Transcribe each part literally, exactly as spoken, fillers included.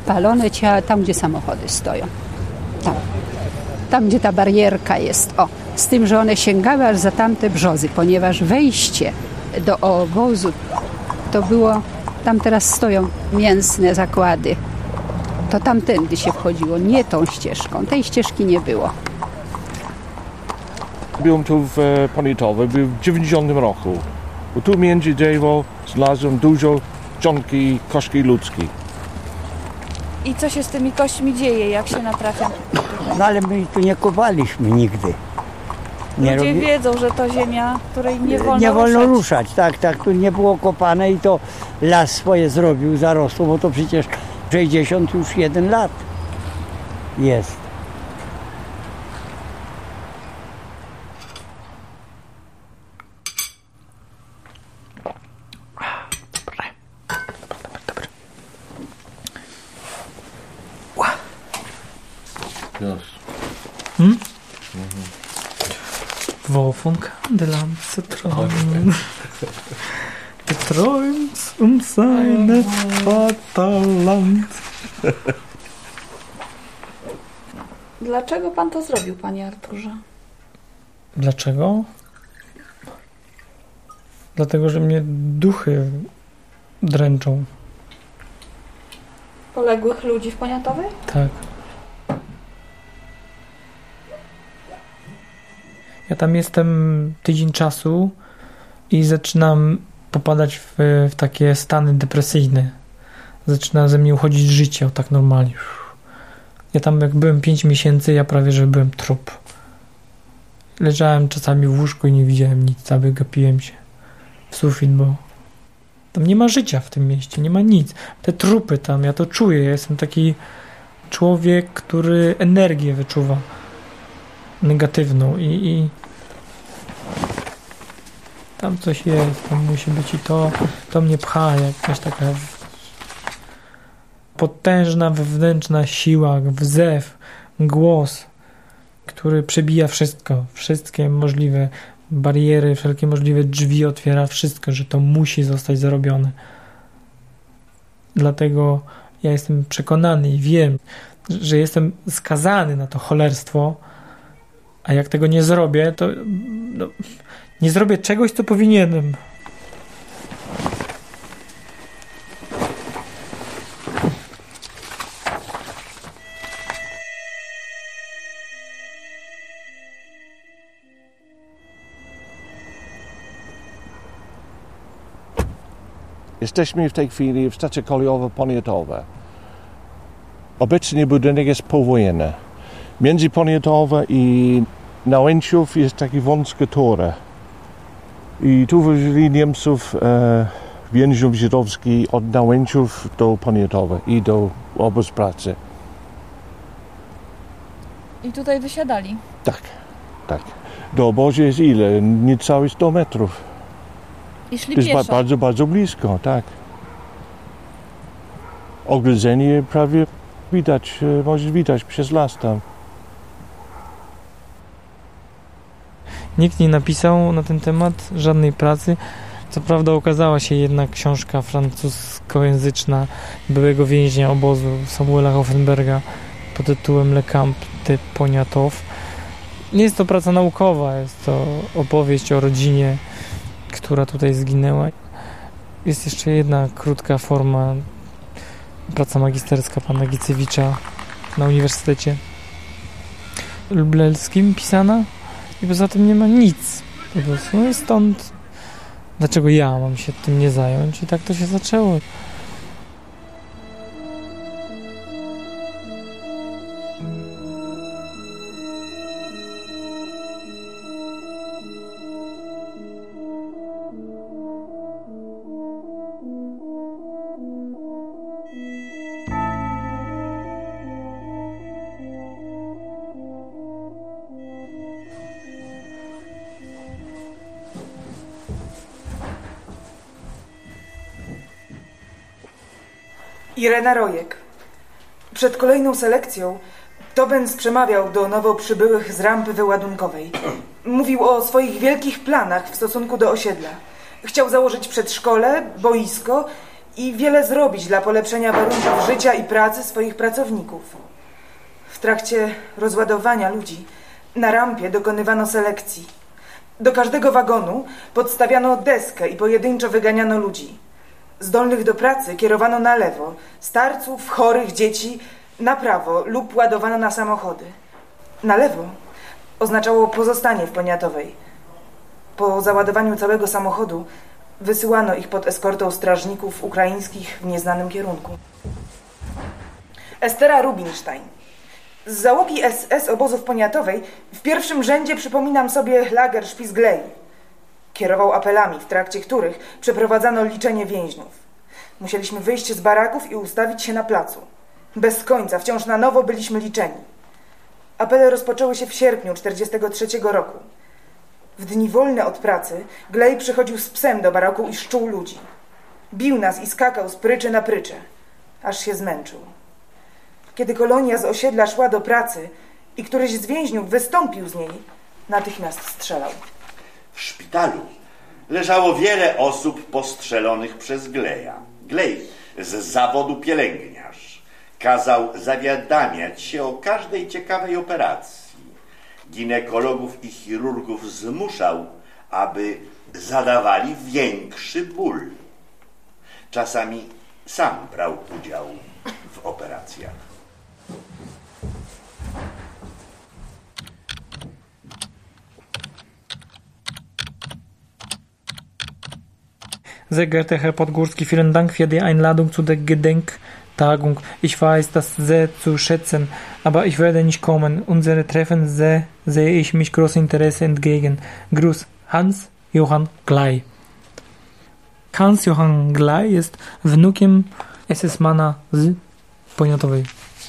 spalone ciała tam, gdzie samochody stoją. Tam. Tam, gdzie ta barierka jest. O, z tym, że one sięgały aż za tamte brzozy, ponieważ wejście do obozu to było, tam teraz stoją mięsne zakłady. To tamtędy się wchodziło, nie tą ścieżką. Tej ścieżki nie było. Byłem tu w Poniatowie, był w dziewięćdziesiątym roku. Bo tu między drzewo znalazłem dużo czcionki i kości ludzkie. I co się z tymi kośćmi dzieje, jak się natrafia? No ale my tu nie kopaliśmy nigdy. Nie Ludzie robi... wiedzą, że to ziemia, której nie wolno Nie wolno ruszać. ruszać, tak, tak. Tu nie było kopane i to las swoje zrobił, zarosło, bo to przecież sześćdziesiąt już jeden lat jest. Hm? Mhm. Wovon Kandeland zerträumen. Geträumt um seine Vaterland. Dlaczego pan to zrobił, panie Arturze? Dlaczego? Dlatego, że mnie duchy dręczą. Poległych ludzi w Poniatowie? Tak. Ja tam jestem tydzień czasu i zaczynam popadać w, w takie stany depresyjne. Zaczyna ze mnie uchodzić życie, o tak normalnie. Ja tam jak byłem pięć miesięcy, ja prawie że byłem trup. Leżałem czasami w łóżku i nie widziałem nic, cały gapiłem się w sufit, bo tam nie ma życia w tym mieście, nie ma nic. Te trupy tam, ja to czuję, ja jestem taki człowiek, który energię wyczuwa negatywną i, i tam coś jest, tam musi być i to, to mnie pcha, jakaś taka potężna wewnętrzna siła, wzew, głos, który przebija wszystko, wszystkie możliwe bariery, wszelkie możliwe drzwi, otwiera wszystko, że to musi zostać zrobione. Dlatego ja jestem przekonany i wiem, że jestem skazany na to cholerstwo, a jak tego nie zrobię, to no, nie zrobię czegoś, co powinienem. Jesteśmy w tej chwili w stacji kolejowej Poniatowa. Obecnie budynek jest powojenny. Między Poniatowem i Nałęczów jest taki wąski tor. I tu wywieźli Niemców e, więźniów żydowskich od Nałęczów do Poniatowa i do obozu pracy. I tutaj wysiadali? Tak, tak. Do obozu jest ile? Niecałe sto metrów. I szli jest pieszo? bardzo, bardzo blisko, tak. Ogrodzenie prawie widać, możesz widać przez las tam. Nikt nie napisał na ten temat żadnej pracy. Co prawda ukazała się jedna książka francuskojęzyczna byłego więźnia obozu Samuela Hoffenberga pod tytułem Le Camp de Poniatow. Nie jest to praca naukowa, jest to opowieść o rodzinie, która tutaj zginęła. Jest jeszcze jedna krótka forma, praca magisterska pana Giecewicza na Uniwersytecie Lubelskim pisana i poza tym nie ma nic. Po prostu. No i stąd dlaczego ja mam się tym nie zająć? I tak to się zaczęło. Irena Rojek. Przed kolejną selekcją Tobens przemawiał do nowo przybyłych z rampy wyładunkowej. Mówił o swoich wielkich planach w stosunku do osiedla. Chciał założyć przedszkole, boisko i wiele zrobić dla polepszenia warunków życia i pracy swoich pracowników. W trakcie rozładowania ludzi na rampie dokonywano selekcji. Do każdego wagonu podstawiano deskę i pojedynczo wyganiano ludzi. Zdolnych do pracy kierowano na lewo, starców, chorych, dzieci na prawo lub ładowano na samochody. Na lewo oznaczało pozostanie w Poniatowej. Po załadowaniu całego samochodu wysyłano ich pod eskortą strażników ukraińskich w nieznanym kierunku. Estera Rubinstein. Z załogi S S obozu w Poniatowej w pierwszym rzędzie przypominam sobie lager Szpizglei. Kierował apelami, w trakcie których przeprowadzano liczenie więźniów. Musieliśmy wyjść z baraków i ustawić się na placu. Bez końca, wciąż na nowo byliśmy liczeni. Apele rozpoczęły się w sierpniu czterdziestego trzeciego roku. W dni wolne od pracy Glej przychodził z psem do baraku i szczuł ludzi. Bił nas i skakał z pryczy na pryczę, aż się zmęczył. Kiedy kolonia z osiedla szła do pracy i któryś z więźniów wystąpił z niej, natychmiast strzelał. W szpitalu leżało wiele osób postrzelonych przez Gleja. Glej z zawodu pielęgniarz kazał zawiadamiać się o każdej ciekawej operacji. Ginekologów i chirurgów zmuszał, aby zadawali większy ból. Czasami sam brał udział w operacjach. Sehr geehrter Herr Podgórski, vielen Dank für die Einladung zu der Gedenktagung. Ich weiß das sehr zu schätzen, aber ich werde nicht kommen. Unsere Treffen sehr, sehe ich mich großem Interesse entgegen. Gruß, Hans-Johann Gley. Hans-Johann Gley jest wnukiem S S-mana z Poniatowej.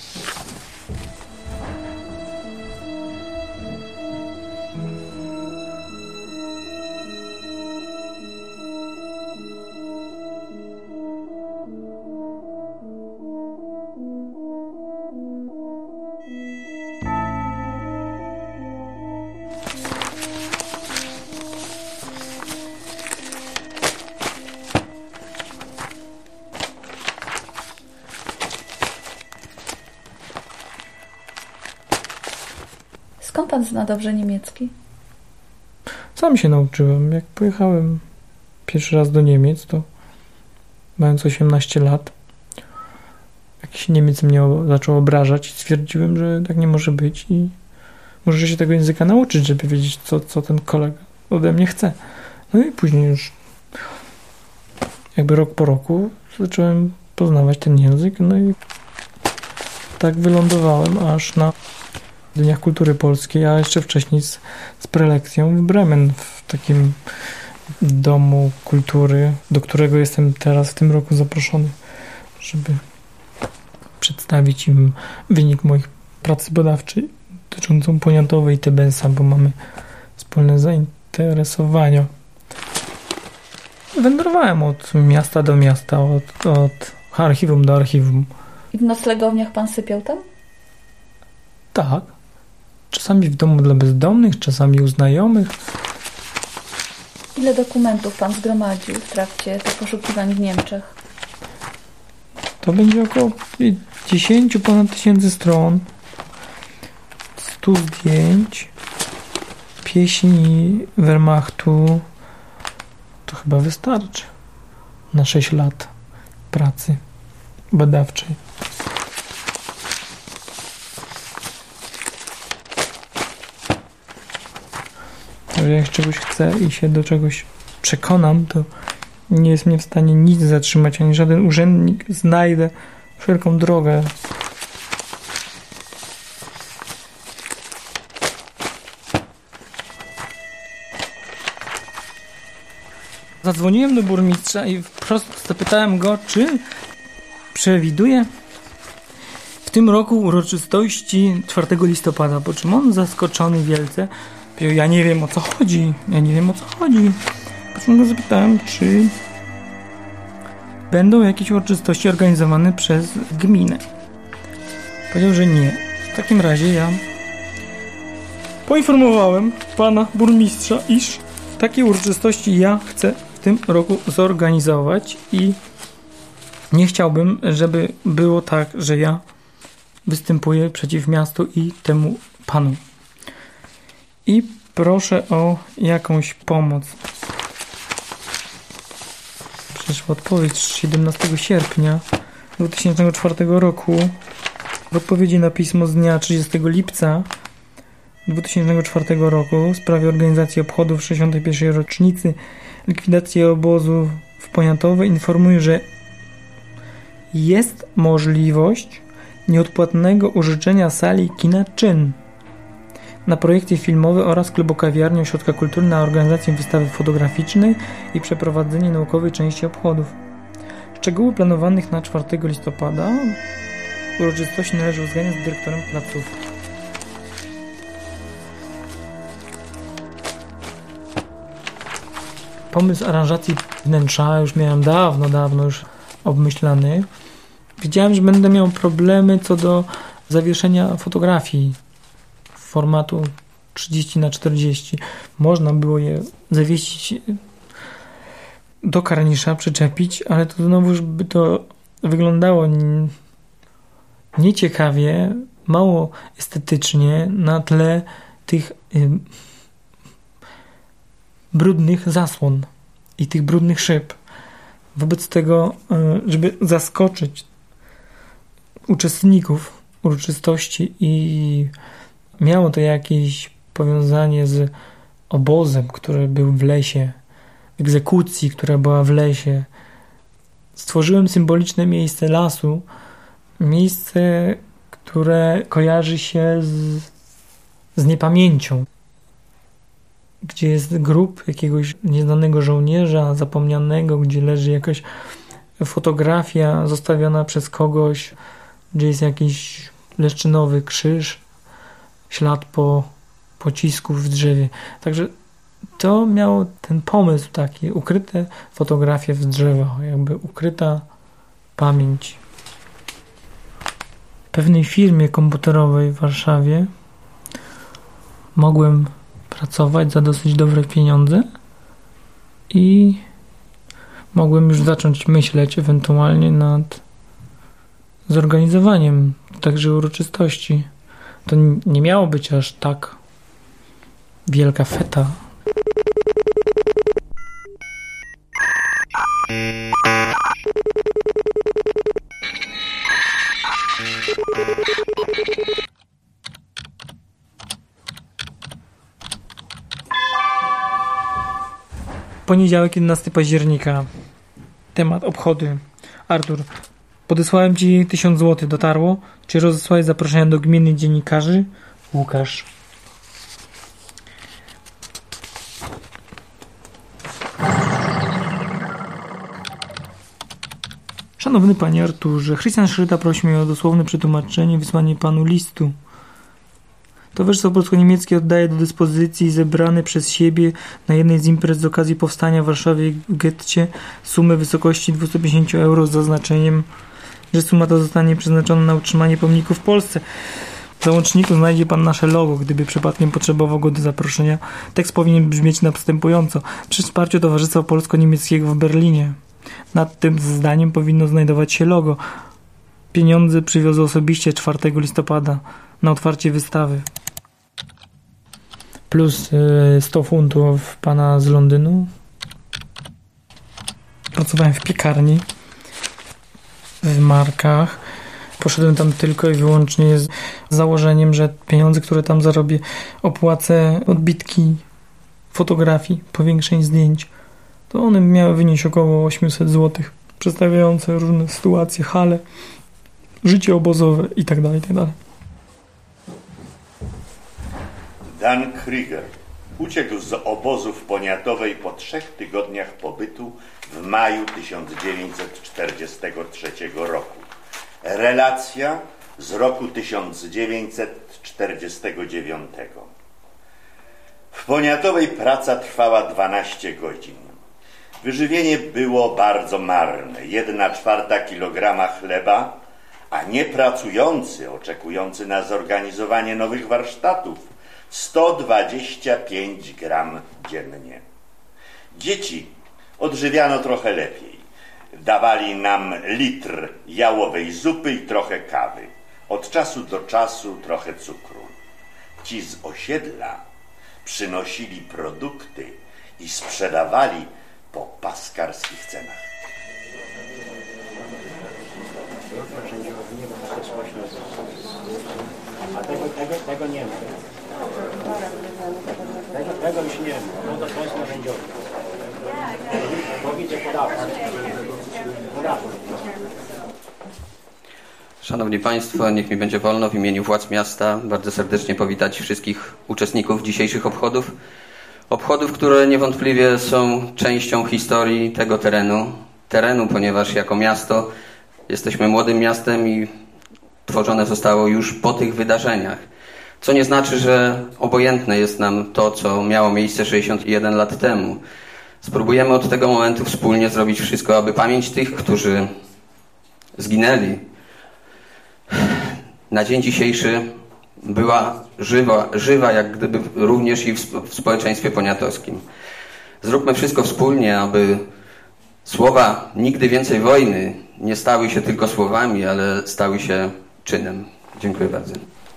Skąd pan zna dobrze niemiecki? Sam się nauczyłem. Jak pojechałem pierwszy raz do Niemiec, to mając osiemnaście lat, jakiś Niemiec mnie zaczął obrażać i stwierdziłem, że tak nie może być i muszę się tego języka nauczyć, żeby wiedzieć, co, co ten kolega ode mnie chce. No i później już jakby rok po roku zacząłem poznawać ten język, no i tak wylądowałem aż na Dniach Kultury Polskiej, a jeszcze wcześniej z, z prelekcją w Bremen, w takim domu kultury, do którego jestem teraz w tym roku zaproszony, żeby przedstawić im wynik moich pracy badawczej dotyczącą Poniatowej i Tebensa, bo mamy wspólne zainteresowania. Wędrowałem od miasta do miasta, od, od archiwum do archiwum. I w noclegowniach pan sypiał tam? Tak. Czasami w domu dla bezdomnych, czasami u znajomych. Ile dokumentów pan zgromadził w trakcie tych poszukiwań w Niemczech? To będzie około dziesięć ponad tysięcy stron, stu zdjęć, pieśni Wehrmachtu. To chyba wystarczy na sześć lat pracy badawczej. Jak czegoś chcę i się do czegoś przekonam, to nie jest mnie w stanie nic zatrzymać, ani żaden urzędnik. Znajdę wszelką drogę. Zadzwoniłem do burmistrza i wprost zapytałem go, czy przewiduje w tym roku uroczystości czwartego listopada, po czym on zaskoczony wielce powiedział: ja nie wiem, o co chodzi, ja nie wiem, o co chodzi. Po czym go zapytałem, czy będą jakieś uroczystości organizowane przez gminę. Powiedział, że nie. W takim razie ja poinformowałem pana burmistrza, iż takie uroczystości ja chcę w tym roku zorganizować i Nie chciałbym, żeby było tak, że ja występuję przeciw miastu i temu panu. I proszę o jakąś pomoc. Przyszła odpowiedź siedemnastego sierpnia dwa tysiące czwartego roku. W odpowiedzi na pismo z dnia trzydziestego lipca dwa tysiące czwartego roku w sprawie organizacji obchodów sześćdziesiątej pierwszej rocznicy likwidacji obozu w Poniatowie informuję, że jest możliwość nieodpłatnego użyczenia sali kina Czyn na projekty filmowe oraz klubu kawiarni Ośrodka Kultury na organizację wystawy fotograficznej i przeprowadzenie naukowej części obchodów. Szczegóły planowanych na czwartego listopada uroczystości należy uzgadniać z dyrektorem placówki. Pomysł aranżacji wnętrza już miałem dawno, dawno już obmyślany. Wiedziałem, że będę miał problemy co do zawieszenia fotografii formatu trzydzieści na czterdzieści. Można było je zawiesić do karnisza, przyczepić, ale to znowuż by to wyglądało nieciekawie, mało estetycznie na tle tych y, brudnych zasłon i tych brudnych szyb. Wobec tego, y, żeby zaskoczyć uczestników uroczystości i miało to jakieś powiązanie z obozem, który był w lesie, egzekucji, która była w lesie. Stworzyłem symboliczne miejsce lasu, miejsce, które kojarzy się z, z niepamięcią, gdzie jest grób jakiegoś nieznanego żołnierza, zapomnianego, gdzie leży jakaś fotografia zostawiona przez kogoś, gdzie jest jakiś leszczynowy krzyż, ślad po pocisku w drzewie. Także to miało ten pomysł taki, ukryte fotografie w drzewo, jakby ukryta pamięć. W pewnej firmie komputerowej w Warszawie mogłem pracować za dosyć dobre pieniądze i mogłem już zacząć myśleć ewentualnie nad zorganizowaniem także uroczystości. To nie miało być aż tak wielka feta. Poniedziałek, jedenastego października. Temat obchody. Artur, podesłałem Ci tysiąc złotych. Dotarło? Czy rozesłałeś zaproszenia do gminy dziennikarzy? Łukasz. Szanowny Panie Arturze, Christian Schryta prosi mnie o dosłowne przetłumaczenie i wysłanie Panu listu. Towarzystwo Polsko-Niemieckie oddaje do dyspozycji zebrane przez siebie na jednej z imprez z okazji powstania w Warszawie w getcie sumę w wysokości dwieście pięćdziesiąt euro z zaznaczeniem, że suma ta zostanie przeznaczona na utrzymanie pomników w Polsce. W załączniku znajdzie Pan nasze logo, gdyby przypadkiem potrzebował go do zaproszenia. Tekst powinien brzmieć następująco. Przy wsparciu Towarzystwa Polsko-Niemieckiego w Berlinie. Nad tym zdaniem powinno znajdować się logo. Pieniądze przywiozę osobiście czwartego listopada na otwarcie wystawy. Plus sto funtów Pana z Londynu. Pracowałem w piekarni w Markach. Poszedłem tam tylko i wyłącznie z założeniem, że pieniądze, które tam zarobię, opłacę odbitki fotografii, powiększeń zdjęć. To one miały wynieść około osiemset złotych, przedstawiające różne sytuacje, hale, życie obozowe itd. itd. Dan Krieger uciekł z obozu w Poniatowej po trzech tygodniach pobytu w maju tysiąc dziewięćset czterdziestego trzeciego roku. Relacja z roku tysiąc dziewięćset czterdziestego dziewiątego. W Poniatowej praca trwała dwanaście godzin. Wyżywienie było bardzo marne. Jedna czwarta kilograma chleba, a niepracujący, oczekujący na zorganizowanie nowych warsztatów, sto dwadzieścia pięć gram dziennie. Dzieci odżywiano trochę lepiej. Dawali nam litr jałowej zupy i trochę kawy. Od czasu do czasu trochę cukru. Ci z osiedla przynosili produkty i sprzedawali po paskarskich cenach. A tego, tego, tego nie ma. Tego, tego już nie ma. No to jest narzędziowe. Bo widzę podatek. Podatek. Szanowni Państwo, niech mi będzie wolno w imieniu władz miasta bardzo serdecznie powitać wszystkich uczestników dzisiejszych obchodów. Obchodów, które niewątpliwie są częścią historii tego terenu. Terenu, ponieważ jako miasto jesteśmy młodym miastem i tworzone zostało już po tych wydarzeniach. Co nie znaczy, że obojętne jest nam to, co miało miejsce sześćdziesiąt jeden lat temu. Spróbujemy od tego momentu wspólnie zrobić wszystko, aby pamięć tych, którzy zginęli na dzień dzisiejszy była żywa, żywa jak gdyby również i w, w społeczeństwie poniatowskim. Zróbmy wszystko wspólnie, aby słowa nigdy więcej wojny nie stały się tylko słowami, ale stały się czynem. Dziękuję bardzo.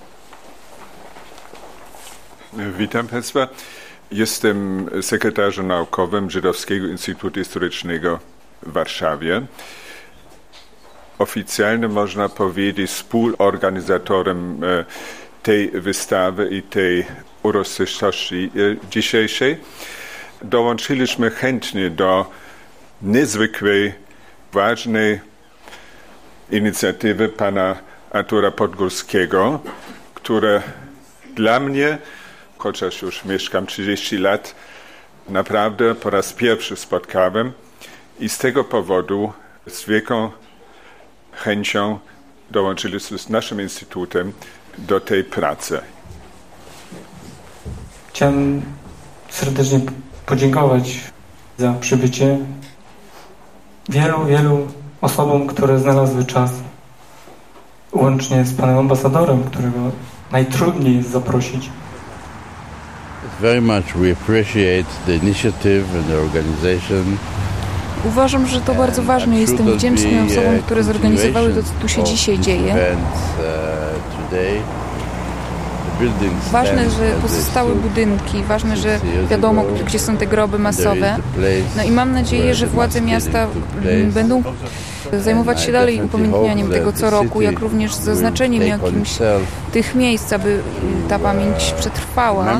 Witam Państwa. Jestem sekretarzem naukowym Żydowskiego Instytutu Historycznego w Warszawie. Oficjalnie można powiedzieć współorganizatorem tej wystawy i tej uroczystości dzisiejszej. Dołączyliśmy chętnie do niezwykłej, ważnej inicjatywy pana Artura Podgórskiego, które dla mnie, chociaż już mieszkam trzydzieści lat, naprawdę po raz pierwszy spotkałem i z tego powodu z wielką chęcią dołączyliśmy z naszym instytutem do tej pracy. Chciałem serdecznie podziękować za przybycie wielu, wielu osobom, które znalazły czas, łącznie z panem ambasadorem, którego najtrudniej jest zaprosić. Very much we appreciate the initiative and the organization. Uważam, że to bardzo ważne. Jestem wdzięczny osobom, które zorganizowały to, co tu się dzisiaj dzieje. Ważne, że pozostały budynki, ważne, że wiadomo, gdzie są te groby masowe. No i mam nadzieję, że władze miasta będą zajmować się dalej upamiętnianiem tego co roku, jak również zaznaczeniem jakimś tych miejsc, aby ta pamięć przetrwała.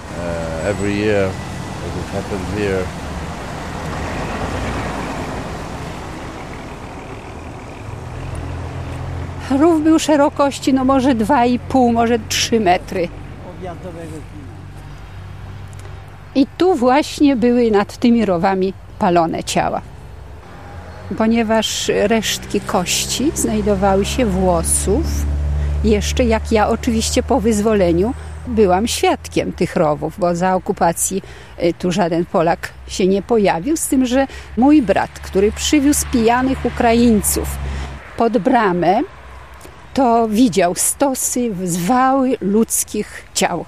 Rów był szerokości no może dwa i pół, może trzy metry. I tu właśnie były nad tymi rowami palone ciała. Ponieważ resztki kości znajdowały się włosów, jeszcze jak ja oczywiście po wyzwoleniu byłam świadkiem tych rowów, bo za okupacji tu żaden Polak się nie pojawił, z tym, że mój brat, który przywiózł pijanych Ukraińców pod bramę, to widział stosy, zwały ludzkich ciał.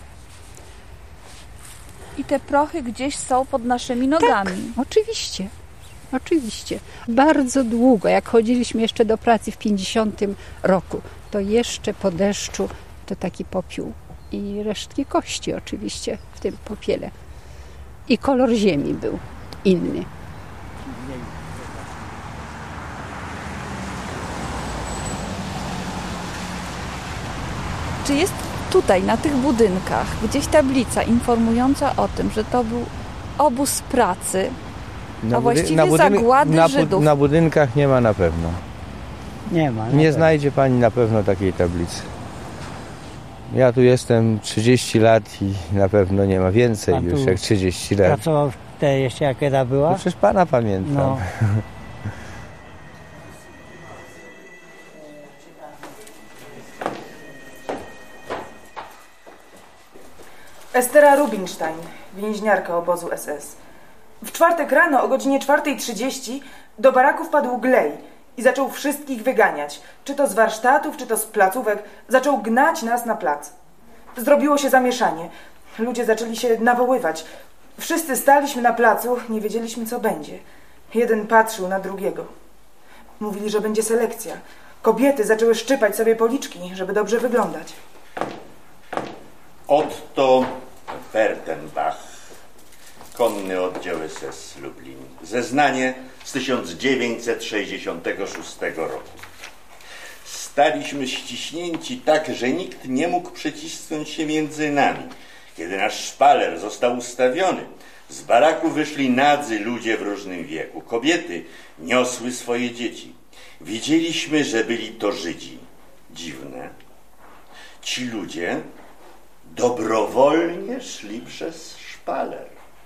I te prochy gdzieś są pod naszymi nogami. Tak, oczywiście. Oczywiście. Bardzo długo, jak chodziliśmy jeszcze do pracy w pięćdziesiątym roku, to jeszcze po deszczu to taki popiół i resztki kości oczywiście w tym popiele. I kolor ziemi był inny. Czy jest tutaj, na tych budynkach, gdzieś tablica informująca o tym, że to był obóz pracy, na a właściwie na budynek, zagłady na, Żydów? Na budynkach nie ma na pewno. Nie ma. Nie znajdzie pani na pewno takiej tablicy. Ja tu jestem trzydzieści lat i na pewno nie ma więcej A już jak trzydzieści lat. Pracował wtedy jeszcze jak kiedy była? No przecież pana pamiętam. No. Estera Rubinstein, więźniarka obozu S S. W czwartek rano o godzinie czwartej trzydzieści do baraku wpadł Glej i zaczął wszystkich wyganiać. Czy to z warsztatów, czy to z placówek. Zaczął gnać nas na plac. Zrobiło się zamieszanie. Ludzie zaczęli się nawoływać. Wszyscy staliśmy na placu, nie wiedzieliśmy co będzie. Jeden patrzył na drugiego. Mówili, że będzie selekcja. Kobiety zaczęły szczypać sobie policzki, żeby dobrze wyglądać. Otto Wertenbach, konny oddział S S Lublin. Zeznanie z tysiąc dziewięćset sześćdziesiątego szóstego roku. Staliśmy ściśnięci tak, że nikt nie mógł przecisnąć się między nami. Kiedy nasz szpaler został ustawiony, z baraku wyszli nadzy ludzie w różnym wieku. Kobiety niosły swoje dzieci. Widzieliśmy, że byli to Żydzi. Dziwne. Ci ludzie dobrowolnie szli przez szpaler.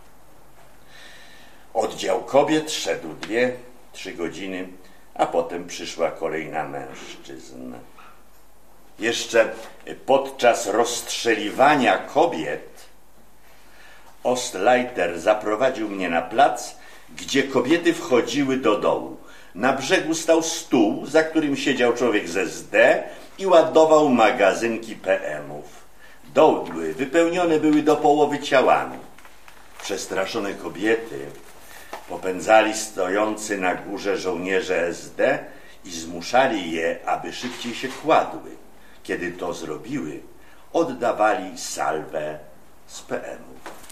Oddział kobiet szedł dwie, trzy godziny, a potem przyszła kolej na mężczyzn. Jeszcze podczas rozstrzeliwania kobiet Ostleiter zaprowadził mnie na plac, gdzie kobiety wchodziły do dołu. Na brzegu stał stół, za którym siedział człowiek z S D i ładował magazynki P M-ów. Doły wypełnione były do połowy ciałami. Przestraszone kobiety popędzali stojący na górze żołnierze S D i zmuszali je, aby szybciej się kładły. Kiedy to zrobiły, oddawali salwę z P M-ów.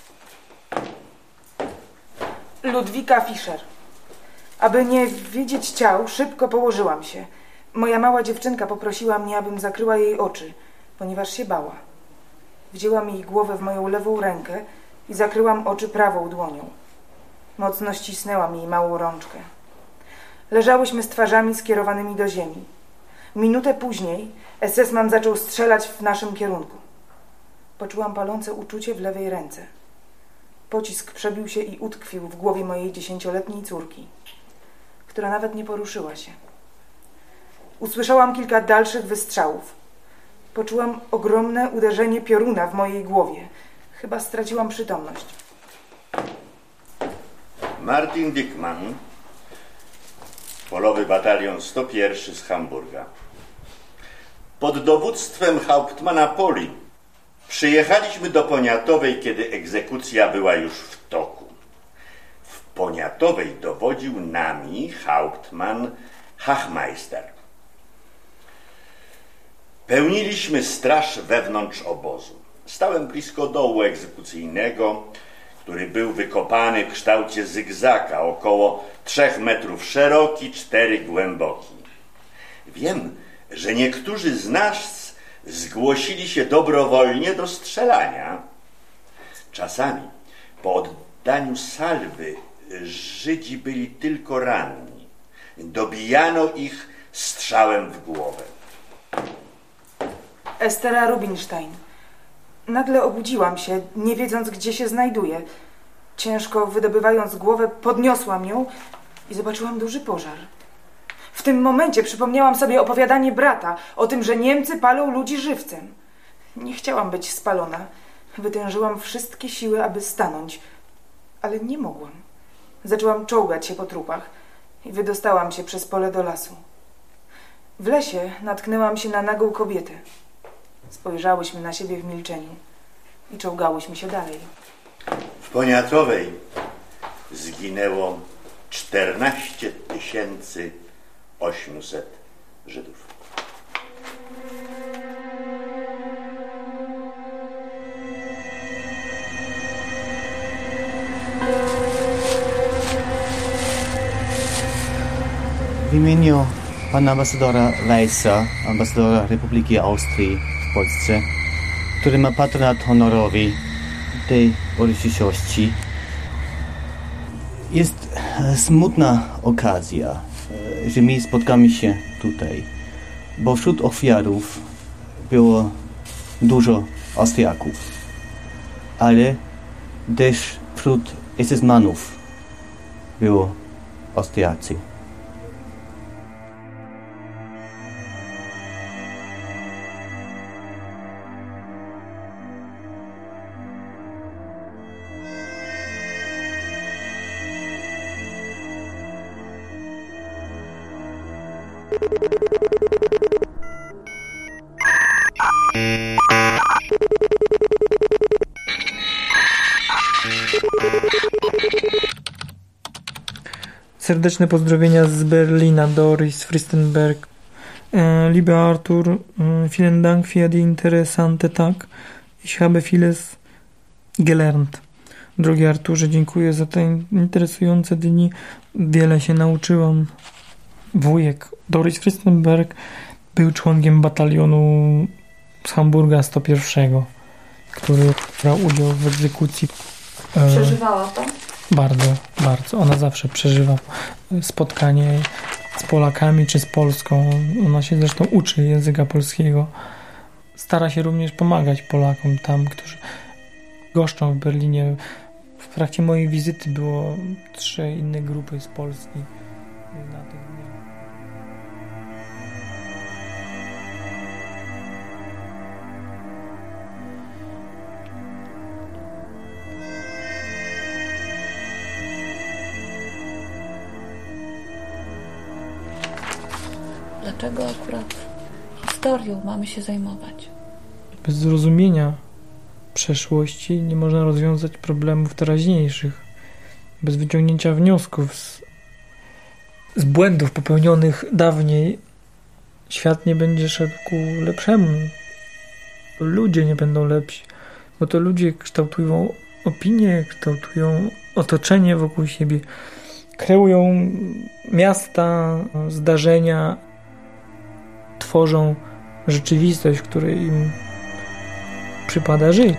Ludwika Fischer. Aby nie widzieć ciał, szybko położyłam się. Moja mała dziewczynka poprosiła mnie, abym zakryła jej oczy, ponieważ się bała. Wzięłam jej głowę w moją lewą rękę i zakryłam oczy prawą dłonią. Mocno ścisnęłam jej małą rączkę. Leżałyśmy z twarzami skierowanymi do ziemi. Minutę później S S man zaczął strzelać w naszym kierunku. Poczułam palące uczucie w lewej ręce. Pocisk przebił się i utkwił w głowie mojej dziesięcioletniej córki, która nawet nie poruszyła się. Usłyszałam kilka dalszych wystrzałów. Poczułam ogromne uderzenie pioruna w mojej głowie. Chyba straciłam przytomność. Martin Dickmann, polowy batalion sto pierwszy z Hamburga. Pod dowództwem hauptmana Poli przyjechaliśmy do Poniatowej, kiedy egzekucja była już w toku. W Poniatowej dowodził nami hauptman Hachmeister. Pełniliśmy straż wewnątrz obozu. Stałem blisko dołu egzekucyjnego, który był wykopany w kształcie zygzaka, około trzech metrów szeroki, cztery głęboki. Wiem, że niektórzy z nas zgłosili się dobrowolnie do strzelania. Czasami po oddaniu salwy Żydzi byli tylko ranni. Dobijano ich strzałem w głowę. Estera Rubinstein. Nagle obudziłam się, nie wiedząc, gdzie się znajduję. Ciężko wydobywając głowę, podniosłam ją i zobaczyłam duży pożar. W tym momencie przypomniałam sobie opowiadanie brata o tym, że Niemcy palą ludzi żywcem. Nie chciałam być spalona. Wytężyłam wszystkie siły, aby stanąć, ale nie mogłam. Zaczęłam czołgać się po trupach i wydostałam się przez pole do lasu. W lesie natknęłam się na nagą kobietę. Spojrzałyśmy na siebie w milczeniu i czołgałyśmy się dalej. W Poniatowej zginęło czternaście tysięcy osiemset Żydów. W imieniu pana ambasadora Weissa, ambasadora Republiki Austrii w Polsce, który ma patronat honorowy tej uroczystości, jest smutna okazja, że my spotkamy się tutaj, bo wśród ofiarów było dużo Austriaków, ale też wśród S S manów było Austriacy. Serdeczne pozdrowienia z Berlina, Doris Fristenberg. E, Liebe Arthur, e, vielen Dank für die interessante Tag. Ich habe vieles gelernt. Drogi Arturze, dziękuję za te interesujące dni. Wiele się nauczyłam. Wujek Doris Fristenberg był członkiem batalionu z Hamburga sto jeden, który brał udział w egzekucji. Przeżywała to? Bardzo, bardzo. Ona zawsze przeżywa spotkanie z Polakami czy z Polską. Ona się zresztą uczy języka polskiego. Stara się również pomagać Polakom tam, którzy goszczą w Berlinie. W trakcie mojej wizyty było trzy inne grupy z Polski na tych dniach. Dlaczego akurat historią mamy się zajmować? Bez zrozumienia przeszłości nie można rozwiązać problemów teraźniejszych. Bez wyciągnięcia wniosków z, z błędów popełnionych dawniej świat nie będzie szedł ku lepszemu. Ludzie nie będą lepsi, bo to ludzie kształtują opinie, kształtują otoczenie wokół siebie, kreują miasta, zdarzenia, tworzą rzeczywistość, w której im przypada żyć.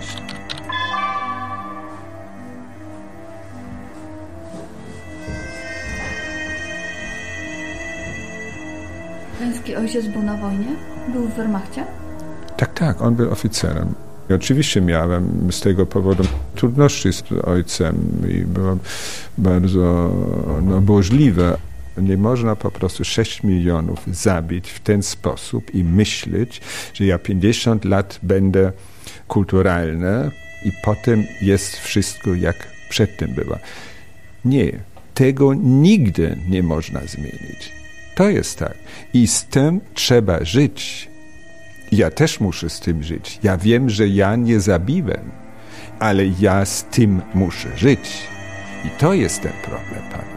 Pański ojciec był na wojnie? Był w Wehrmachcie? Tak, tak, on był oficerem. I oczywiście miałem z tego powodu trudności z ojcem i było bardzo no, burzliwe. Nie można po prostu sześć milionów zabić w ten sposób i myśleć, że ja pięćdziesiąt lat będę kulturalny i potem jest wszystko jak przedtem było. Nie, tego nigdy nie można zmienić. To jest tak. I z tym trzeba żyć. Ja też muszę z tym żyć. Ja wiem, że ja nie zabiłem, ale ja z tym muszę żyć. I to jest ten problem, pani.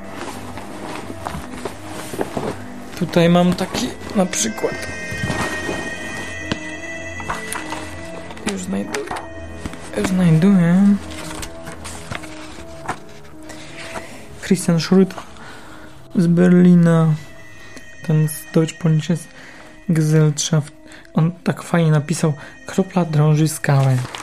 Tutaj mam taki na przykład. Już znajduję. Już znajduję. Christian Schröder z Berlina. Ten z Deutsch-Polnisches Gesellschaft. On tak fajnie napisał: kropla drąży skałę.